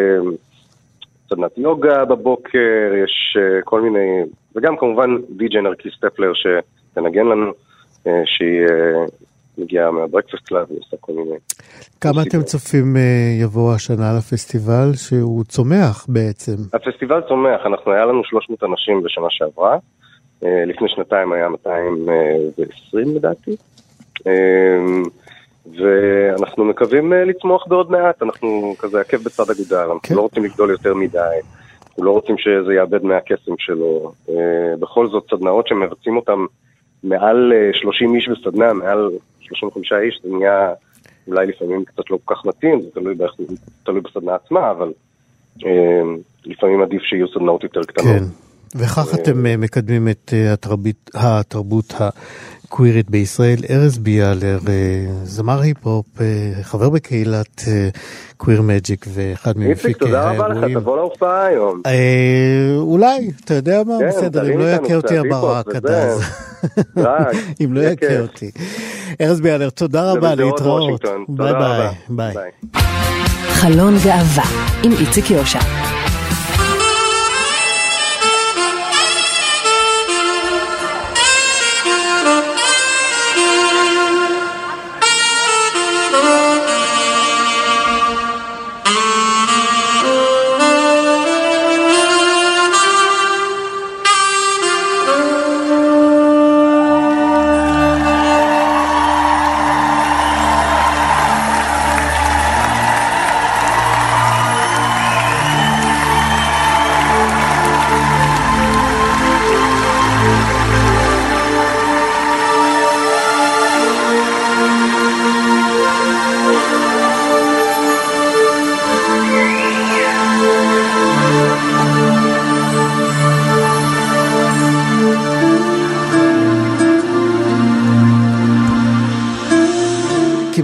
סדנת יוגה בבוקר, יש כל מיני, וגם כמובן די.ג'יי נרקיס סטפלר שתנגן לנו, שהיא מגיעה מהברקפסט קלאב, ועושה כל מיני. כמה אתם צופים יבוא השנה לפסטיבל שהוא צומח בעצם? הפסטיבל צומח, היה לנו 300 אנשים בשנה שעברה, לפני שנתיים היה 220 לדעתי, ואנחנו מקווים לצמוח בעוד מעט, אנחנו כזה עקב בצד אגודל, אנחנו לא רוצים לגדול יותר מדי, אנחנו לא רוצים שזה יאבד מהקסם שלו, בכל זאת סדנאות שמבצעים אותם מעל 30 איש בסדנה, מעל 35 איש, זה נהיה אולי לפעמים קצת לא כל כך מתאים, זה תלוי בסדנה עצמה, אבל לפעמים עדיף שיהיו סדנאות יותר קטנות. כן, וכך אתם מקדמים את התרבות הקווירית בישראל. ארז ביאלר, זמר היפ-הופ, חבר בקהילת קוויר מג'יק ואחד ממפיקי האירועים. תודה רבה לך, תבוא להופעה היום. אולי, אתה יודע מה? בסדר, אם לא יקה אותי הברק עד אז. אם לא יקה אותי. ארז ביאלר, תודה רבה, להתראות. ביי ביי. חלון גאווה עם איציק יושע.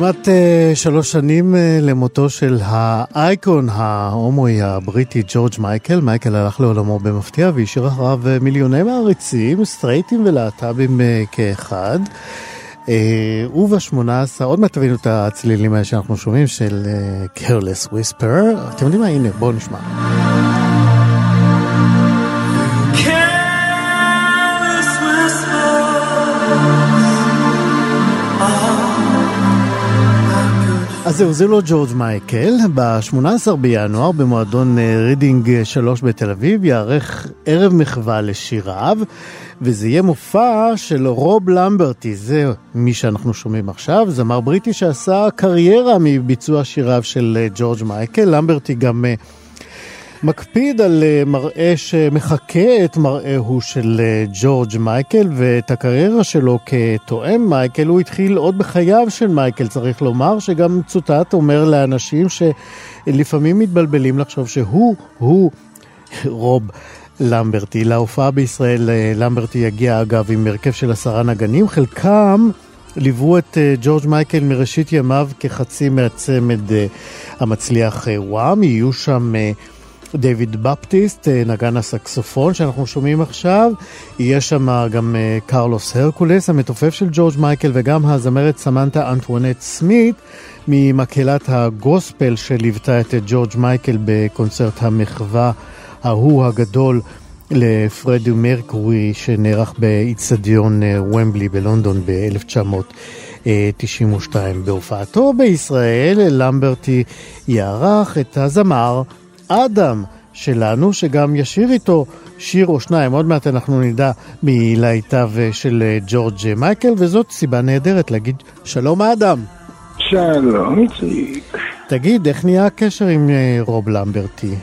כמעט 3 שנים למותו של האייקון ההומואי הבריטי ג'ורג' מייקל. מייקל הלך לעולמו במפתיע והשאיר אחריו מיליוני מעריצים, סטרייטים ולהט"בים כאחד. וב-18, עוד מעט תבינו את הצלילים האלה שאנחנו שומעים של Careless Whisper. אתם יודעים מה? הנה, בואו נשמע. אז זהו, זה לא ג'ורג' מייקל. ב-18 בינואר במועדון רידינג 3 בתל אביב יערך ערב מחווה לשיריו, וזה יהיה מופע של רוב למברטי, זה מי שאנחנו שומעים עכשיו, זמר בריטי שעשה קריירה מביצוע שיריו של ג'ורג' מייקל. למברטי גם מקפיד על מראה שמחכה את מראהו של ג'ורג' מייקל, ואת הקריירה שלו כתואם מייקל הוא התחיל עוד בחייו של מייקל. צריך לומר שגם צוטט אומר לאנשים שלפעמים מתבלבלים לחשוב שהוא רוב למברטי. להופעה בישראל למברטי יגיע אגב עם הרכב של 10 נגנים, חלקם ליוו את ג'ורג' מייקל מראשית ימיו כחצי מהצמד המצליח וואם. יהיו שם דיוויד בפטיסט, נגן הסקסופון שאנחנו שומעים עכשיו, יהיה שם גם קרלוס הרקולס, המתופף של ג'ורג' מייקל, וגם הזמרת סמנטה אנטואנט סמית, ממקהלת הגוספל שליוותה את ג'ורג' מייקל בקונצרט המחווה ההוא הגדול לפרדי מרקורי שנערך באצטדיון ומבלי בלונדון ב-1992. בהופעתו בישראל למברטי יערך את הזמר אדם שלנו, שגם ישיר איתו שיר או שניים. עוד מעט אנחנו נדע מלהיטיו של ג'ורג' מייקל, וזאת סיבה נהדרת להגיד שלום אדם. שלום איציק. תגיד, איך נהיה הקשר עם רוב למברטי?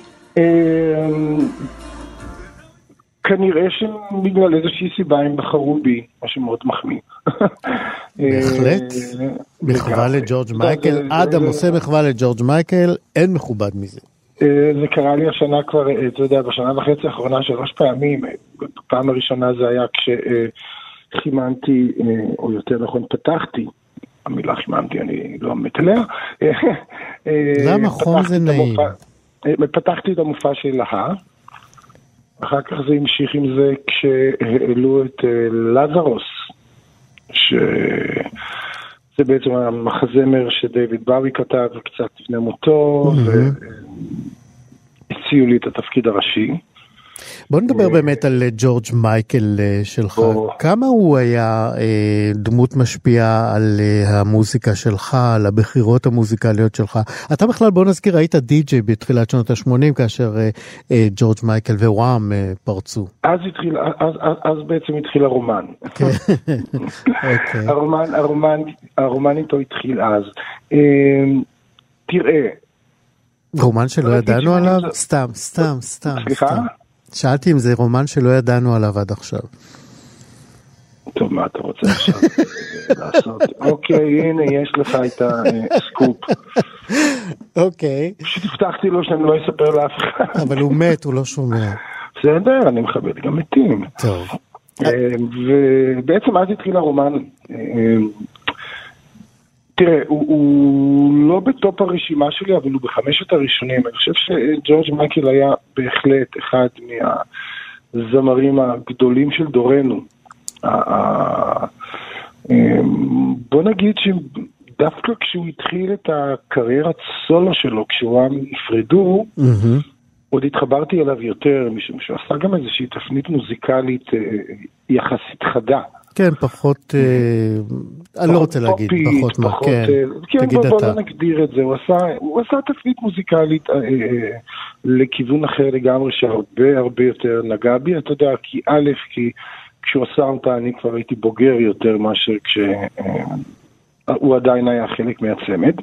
כנראה שבגלל איזושהי סיבה הם בחרו בי, משהו מאוד מחמיא. בהחלט. מחווה לג'ורג' מייקל. אדם עושה מחווה לג'ורג' מייקל, אין מכובד מזה. זה קרה לי השנה כבר, אתה יודע, בשנה וחצי האחרונה 3 פעמים. בפעם הראשונה זה היה כשחימנתי, או יותר נכון פתחתי, המילה חימנתי אני לא מתעליה. למה חום זה נעים? פתחתי את המופע של להה, אחר כך זה המשיך עם זה כשהעלו את לזרוס, שזה בעצם המחזמר שדייוויד באוי כתב קצת לפני מותו, והציעו לי את התפקיד הראשי. בוא נדבר באמת על ג'ורג' מייקל שלך. כמה הוא היה דמות משפיעה על המוזיקה שלך, על הבחירות המוזיקליות שלך? אתה בכלל, בוא נזכיר, היית די-ג'יי בתחילת שנות ה-80 כאשר ג'ורג' מייקל ווואם פרצו. אז בעצם התחיל הרומן. הרומן איתו התחיל אז. תראה. רומן שלא ידענו עליו? סתם. סליחה? שאלתי אם זה רומן שלא ידענו עליו עד עכשיו. טוב, מה אתה רוצה עכשיו לעשות? אוקיי, הנה, יש לך את הסקופ. אוקיי. פשוט הבטחתי לו שאני לא אספר לאף אחד. אבל הוא מת, הוא לא שומע. בסדר, אני מכבד גם מתים. טוב. ובעצם אז התחיל הרומן. תראה, הוא לא בטופ הרשימה שלי, אבל הוא ב5 הראשונים. אני חושב שג'ורג' מייקל היה בהחלט אחד מהזמרים הגדולים של דורנו. בוא נגיד שדווקא כשהוא התחיל את הקריירת סולו שלו, כשהוא נפרדו, עוד התחברתי אליו יותר, משום שהוא עשה גם איזושהי תפנית מוזיקלית יחסית חדה. כן, פחות, אני לא רוצה להגיד, פחות מה, כן, תגיד אתה. בוא נגדיר את זה, הוא עשה תפנית מוזיקלית לכיוון אחר לגמרי, שהרבה הרבה יותר נגע בי, אתה יודע, כי כשהוא עשה אותה אני כבר הייתי בוגר יותר מאשר כשהוא עדיין היה חלק מהצמד.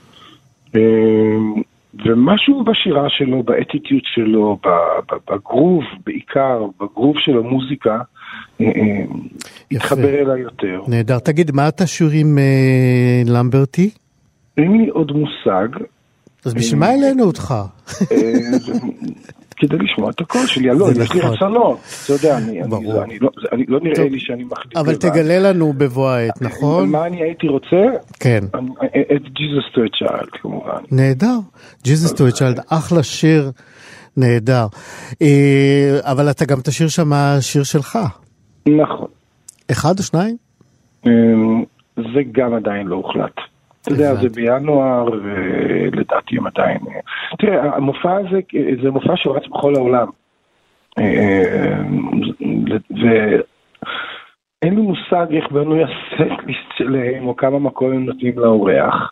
ומשהו בשירה שלו, באטיטיוד שלו, בגרוב, בעיקר, בגרוב של המוזיקה, התחבר אליי יותר. נהדר. תגיד, מה אתה שיר עם למברטי? אין לי עוד מושג. אז בשביל מה אלינו אותך? כדי לשמוע את הקול שלי, לא, יש לי רצונות, אתה יודע, אני לא נראה לי שאני מחליט. אבל תגלה לנו בבוא העת, נכון? מה אני הייתי רוצה? כן. את Jesus to a Child, כמובן. נהדר, Jesus to a Child, אחלה שיר, נהדר. אבל אתה גם תשיר שם שיר שלך. נכון. אחד או שניים? זה גם עדיין לא הוחלט. אתה יודע, זה בינואר, ולדעתי הם עדיין... תראה, המופע הזה, זה מופע שרץ בכל העולם. ואין לי מושג איך בנוי הסט-ליסט שלהם, או כמה מקום נותנים לאורח.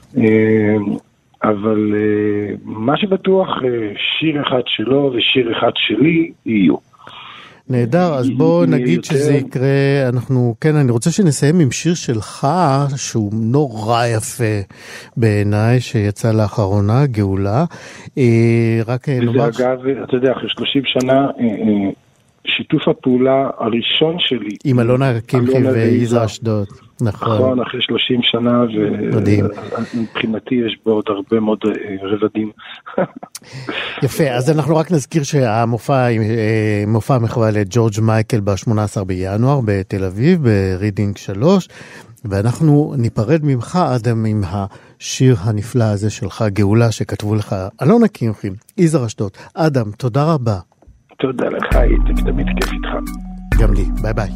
אבל מה שבטוח, שיר אחד שלו ושיר אחד שלי יהיו. נהדר, אז בואו נגיד שזה יקרה, אני רוצה שנסיים עם שיר שלך, שהוא נורא יפה בעיניי, שיצא לאחרונה, גאולה. רק נאמר... וזה אגב, אתה יודע, אחרי 30 שנה, שיתוף הפעולה הראשון שלי... עם אלונה קמחי ויזהר אשדוד. נכון, אחרי 30 שנה, ומבחינתי יש בו עוד הרבה מאוד רבדים. יפה, אז אנחנו רק נזכיר שהמופע, מופע מחווה לג'ורג' מייקל ב-18 בינואר בתל אביב, ברידינג 3, ואנחנו ניפרד ממך, אדם, עם השיר הנפלא הזה שלך, גאולה, שכתבו לך אלונה קמחי, יזהר אשדוד. אדם, תודה רבה. תודה לך, איציק, תמיד כיף איתך. גם לי, ביי ביי.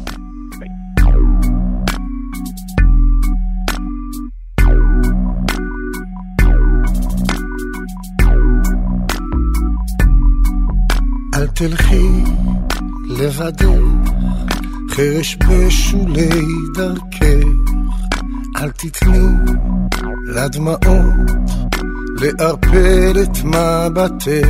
אל תלכי לבדך, חרש בשולי דרכך, אל תתני לדמעות לערפל את מבטך,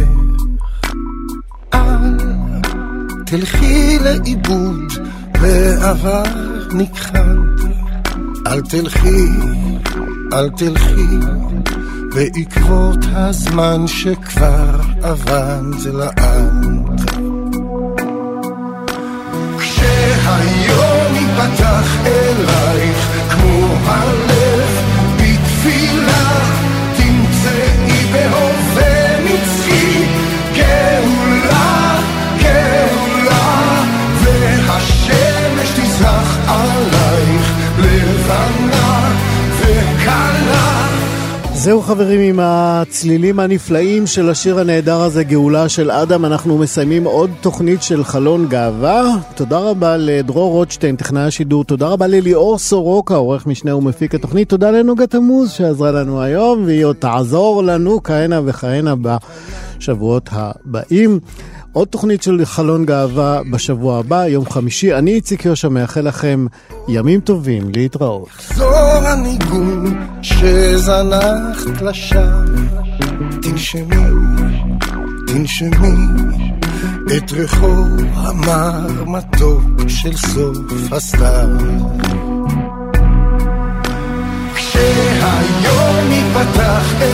אל תלכי לאיבוד בעבר נכחד, אל תלכי בעקבות הזמן שכבר אבד לאט. כשהיום ייפתח אלייך כמו הלב בתפילה, תמצאי בהווה נצחי גאולה, גאולה, והשמש תזרח עלייך לבנה וקלה. זהו חברים, עם הצלילים הנפלאים של השיר הנהדר הזה, גאולה של אדם, אנחנו מסיימים עוד תוכנית של חלון גאווה. תודה רבה לדרור רוטשטיין, טכנאי השידור, תודה רבה לליאור סורוקה, עורך משנה ומפיק התוכנית, תודה לנוגה תמוז שעזרה לנו היום, והיא עוד תעזור לנו כהנה וכהנה בשבועות הבאים. עוד תוכנית של חלון גאווה בשבוע הבא, יום חמישי. אני איציק יושע, מאחל לכם ימים טובים, להתראות. חזור הניגון שזנחת לשווא, תנשמי את ריחו המר מתוק של סוף הסתיו. כשהיום ייפתח